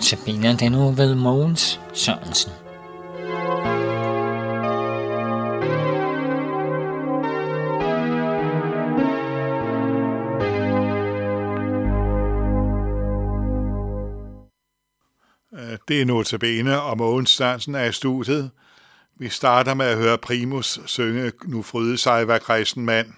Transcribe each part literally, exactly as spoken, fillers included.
Notabene den nu ved Mogens Sørensen. Det er Notabene, og Mogens Sørensen er i studiet. Vi starter med at høre Primus synge Nu fryde sig hver kristen mand.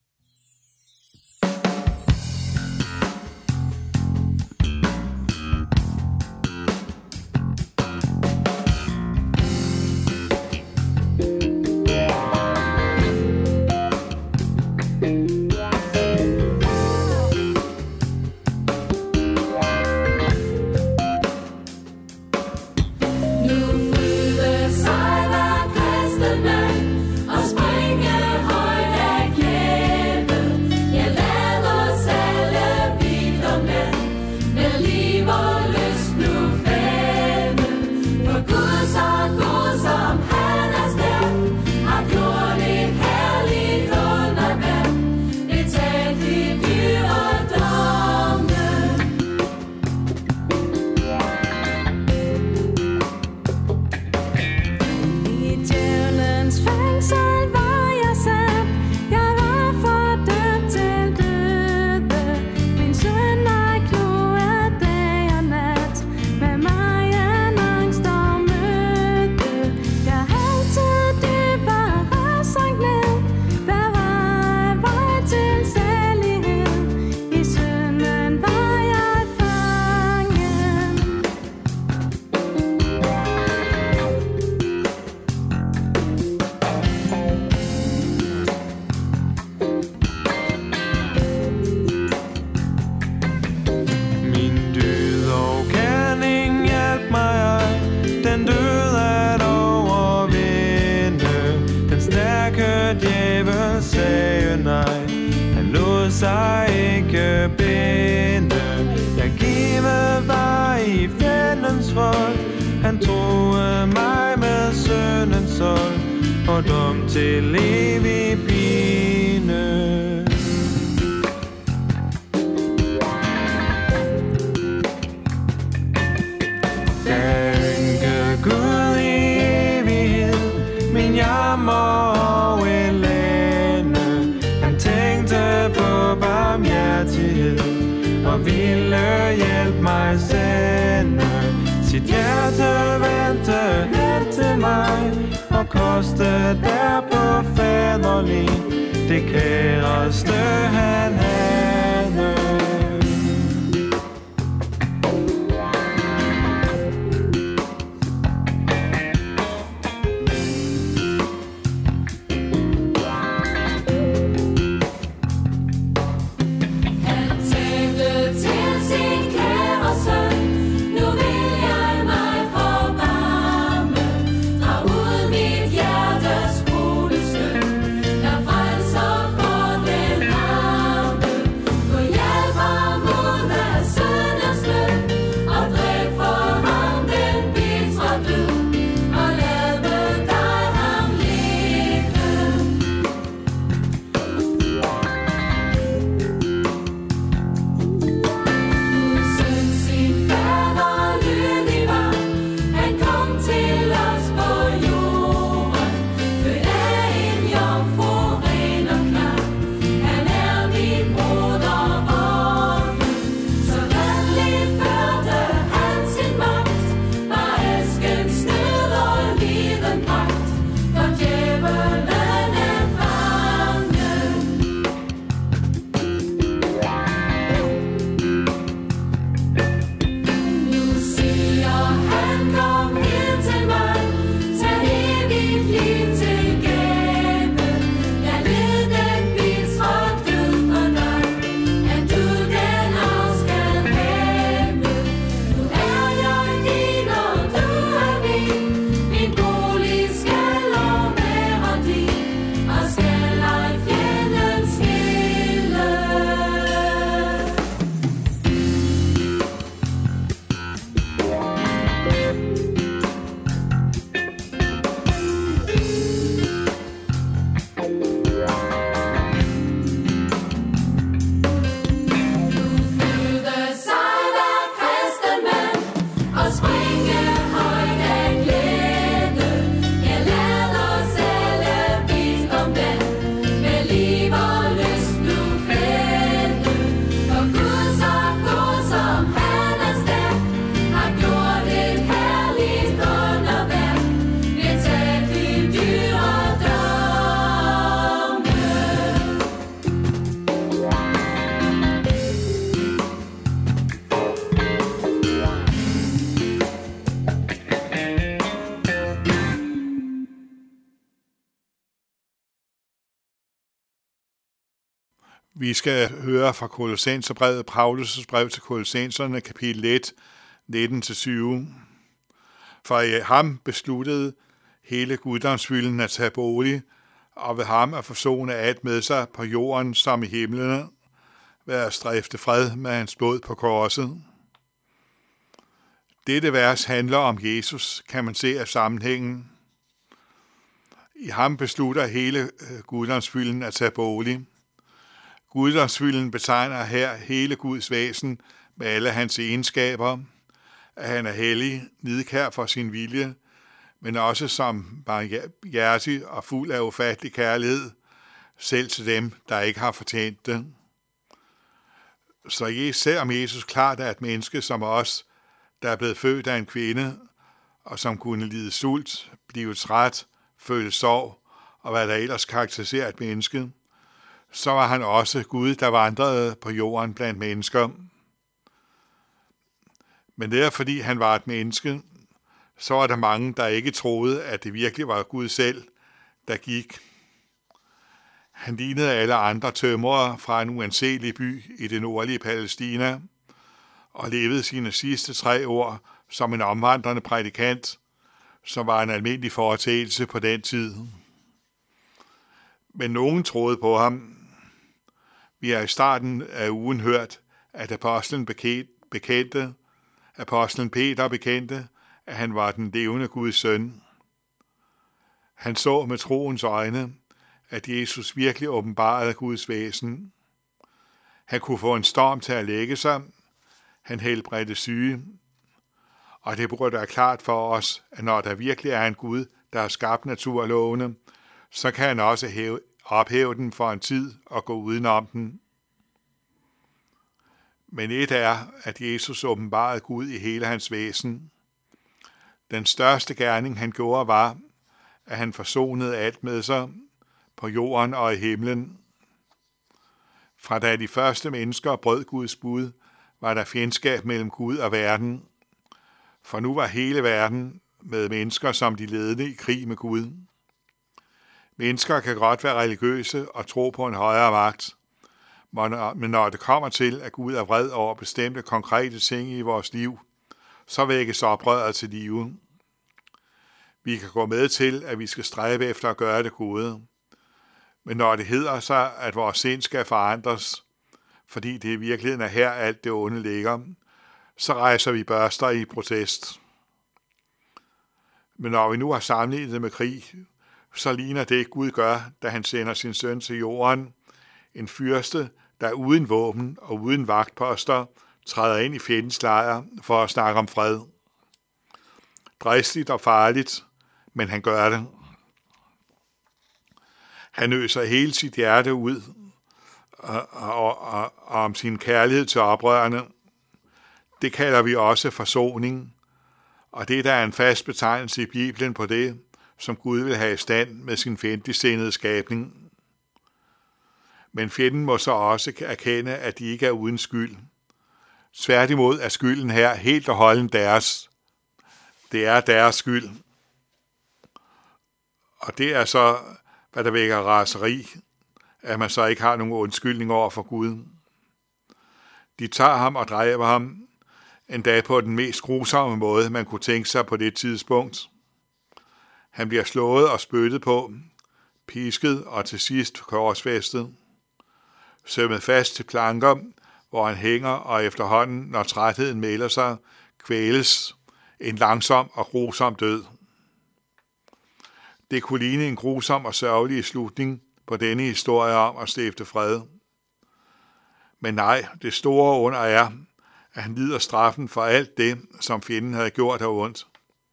sig ikke binde. Jeg givet var i fjendens vold. Han troede mig med søndens sold, og dom til evig pine. Danke Gud i evighed, min jammer og elende. Han tænkte på barmhjertighed og ville hjælpe mig sende. Sit hjerte vendte hen til mig og kostede der på faderlig det kæreste han havde. Now Vi skal høre fra Kolossenserbrevet, Paulus' brev til Kolossenserne, kapitel et, nitten til tyve. For i ham besluttede hele guddomsfylden at tage bolig, og ved ham at forsone alt med sig på jorden som i himlene, ved at stræfte fred med hans blod på korset. Dette vers handler om Jesus, kan man se af sammenhængen. I ham beslutter hele guddomsfylden at tage bolig. Guddomsfylden betegner her hele Guds væsen med alle hans egenskaber, at han er hellig, nidkær for sin vilje, men også som barmhjertig og fuld af ufattelig kærlighed, selv til dem, der ikke har fortjent det. Så ser om Jesus klart er et menneske som os, der er blevet født af en kvinde, og som kunne lide sult, blive træt, føle sorg, og hvad der ellers karakteriserer et menneske, så var han også Gud, der vandrede på jorden blandt mennesker. Men det er fordi han var et menneske, så var der mange, der ikke troede, at det virkelig var Gud selv, der gik. Han lignede alle andre tømrere fra en uanselig by i det nordlige Palæstina, og levede sine sidste tre år som en omvandrende prædikant, som var en almindelig foretagelse på den tid. Men nogen troede på ham. Vi har i starten af ugen hørt, at apostlen bekendte, apostlen Peter bekendte, at han var den levende Guds søn. Han så med troens øjne, at Jesus virkelig åbenbarede Guds væsen. Han kunne få en storm til at lægge sig. Han helbredte syge. Og det burde være klart for os, at når der virkelig er en Gud, der har skabt naturlovene, så kan han også hæve, ophæve den for en tid og gå udenom den. Men et er, at Jesus åbenbarede Gud i hele hans væsen. Den største gerning, han gjorde, var, at han forsonede alt med sig på jorden og i himlen. Fra da de første mennesker brød Guds bud, var der fjendskab mellem Gud og verden. For nu var hele verden med mennesker som de ledende i krig med Gud. Mennesker kan godt være religiøse og tro på en højere magt, men når det kommer til, at Gud er vred over bestemte konkrete ting i vores liv, så vækkes oprøret til live. Vi kan gå med til, at vi skal stræbe efter at gøre det gode. Men når det hedder sig, at vores sind skal forandres, fordi det i virkeligheden er her alt det onde ligger, så rejser vi børster i protest. Men når vi nu har sammenlignet det med krig, så ligner det, Gud gør, da han sender sin søn til jorden, en fyrste, der uden våben og uden vagtposter træder ind i fjendens lejr for at snakke om fred. Dristigt og farligt, men han gør det. Han øser hele sit hjerte ud og, og, og, og om sin kærlighed til oprørerne. Det kalder vi også forsoning, og det der er en fast betegnelse i Bibelen på det, som Gud vil have i stand med sin fjendtligsindede skabning. Men fjenden må så også erkende, at de ikke er uden skyld. Tværtimod er skylden her helt og holdent deres. Det er deres skyld. Og det er så, hvad der vækker raseri, at man så ikke har nogen undskyldning over for Gud. De tager ham og dræber ham, endda på den mest grusomme måde, man kunne tænke sig på det tidspunkt. Han bliver slået og spyttet på, pisket og til sidst korsfæstet, sømmet fast til planker, hvor han hænger og efterhånden, når trætheden melder sig, kvæles en langsom og grusom død. Det kunne ligne en grusom og sørgelig slutning på denne historie om at stifte fred. Men nej, det store under er, at han lider straffen for alt det, som fjenden havde gjort af ondt.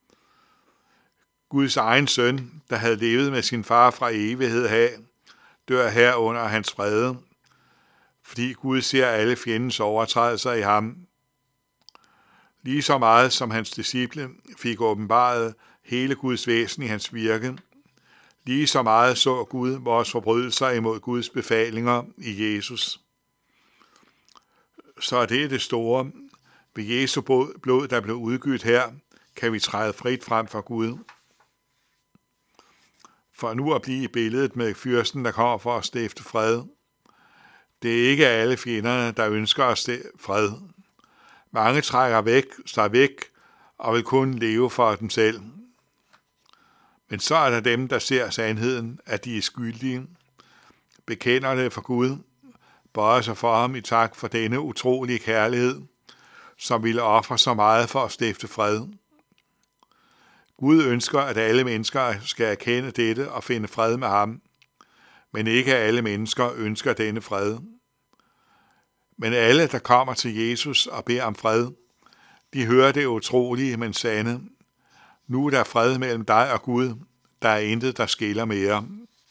Guds egen søn, der havde levet med sin far fra evighed af, dør her under hans vrede, fordi Gud ser alle fjendens overtrædelser i ham. Lige så meget som hans disciple fik åbenbaret hele Guds væsen i hans virke, lige så meget så Gud vores forbrydelser imod Guds befalinger i Jesus. Så er det det store. Ved Jesu blod, der blev udgivet her, kan vi træde frit frem for Gud. For nu at blive i billedet med fyrsten, der kommer for at stifte fred. Det er ikke alle fjenderne, der ønsker os fred. Mange trækker væk, sig væk og vil kun leve for dem selv. Men så er der dem, der ser sandheden, at de er skyldige, bekender det for Gud, bøjer sig for ham i tak for denne utrolige kærlighed, som ville ofre så meget for at stifte fred. Gud ønsker, at alle mennesker skal erkende dette og finde fred med ham, men ikke alle mennesker ønsker denne fred. Men alle, der kommer til Jesus og beder om fred, de hører det utrolige, men sande. Nu er der fred mellem dig og Gud. Der er intet, der skiller mere.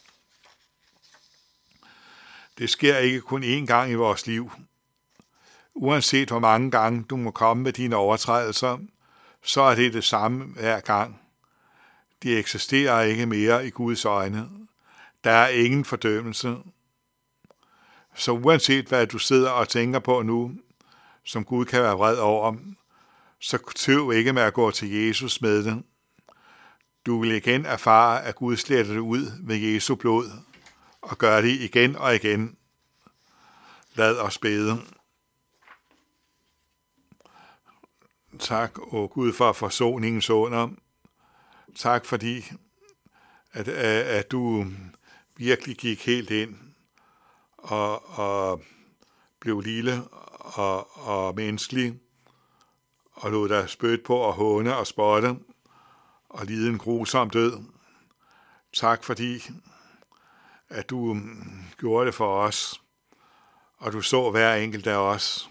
Det sker ikke kun én gang i vores liv. Uanset hvor mange gange du må komme med dine overtrædelser, så er det det samme hver gang. De eksisterer ikke mere i Guds øjne. Der er ingen fordømmelse. Så uanset hvad du sidder og tænker på nu, som Gud kan være vred over, så tøv ikke med at gå til Jesus med det. Du vil igen erfare, at Gud sletter det ud med Jesu blod, og gør det igen og igen. Lad os bede. Tak, o Gud, for forsoningens under. Tak, fordi at, at, at du virkelig gik helt ind og, og blev lille og, og menneskelig, og lod dig spytte på og håne og spotte og lide en grusom død. Tak, fordi at du gjorde det for os, og du så hver enkelt af os.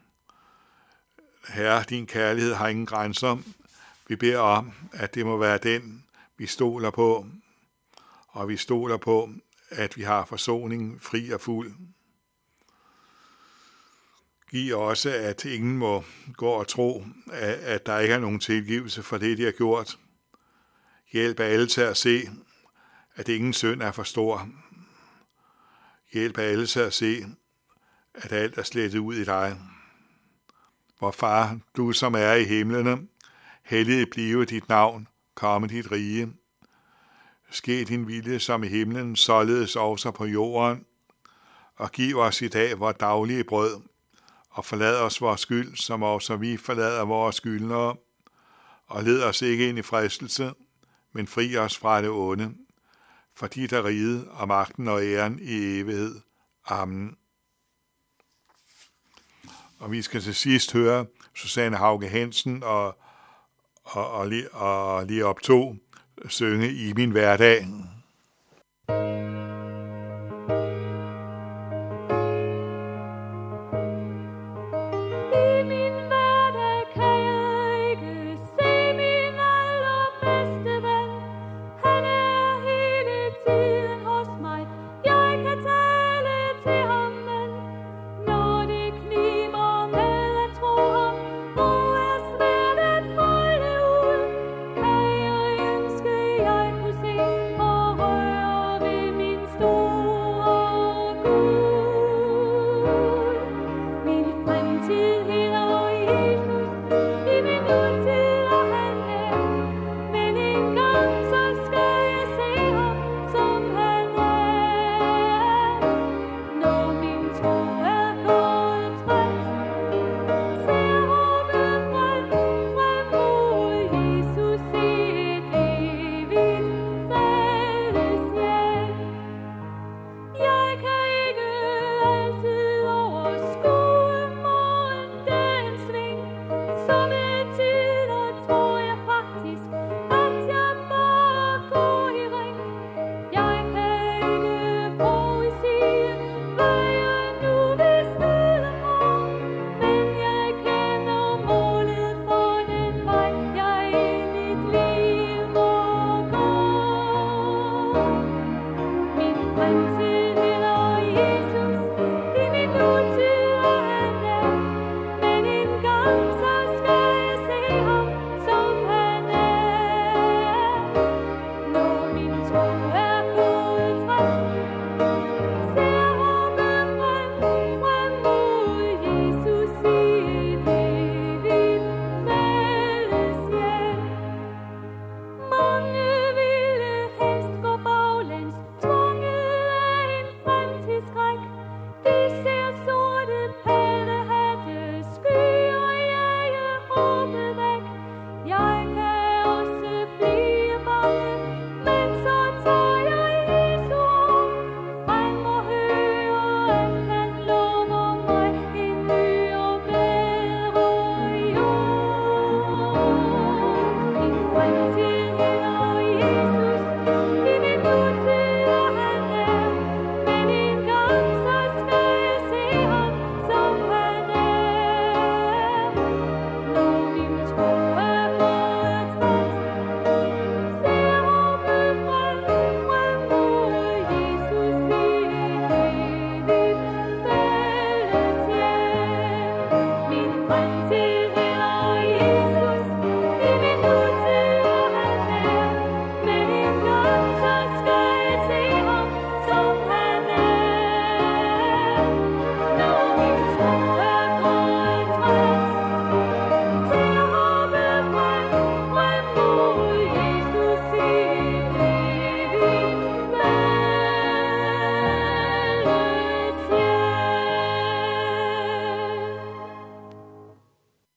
Herre, din kærlighed har ingen grænser. Vi beder om, at det må være den, vi stoler på, og vi stoler på, at vi har forsoning fri og fuld. Giv også, at ingen må gå og tro, at der ikke er nogen tilgivelse for det, de har gjort. Hjælp alle til at se, at ingen synd er for stor. Hjælp alle til at se, at alt er slettet ud i dig. Vor far, du som er i himlene, helliget blive dit navn, komme dit rige. Ske din vilje som i himlen, således også på jorden. Og giv os i dag vores daglige brød, og forlad os vores skyld, som også vi forlader vores skyldnere. Og led os ikke ind i fristelse, men fri os fra det onde. For dit er riget og magten og æren i evighed. Amen. Og vi skal til sidst høre Susanne Hauge Hansen og, og, og, og lige op to synge I min hverdag.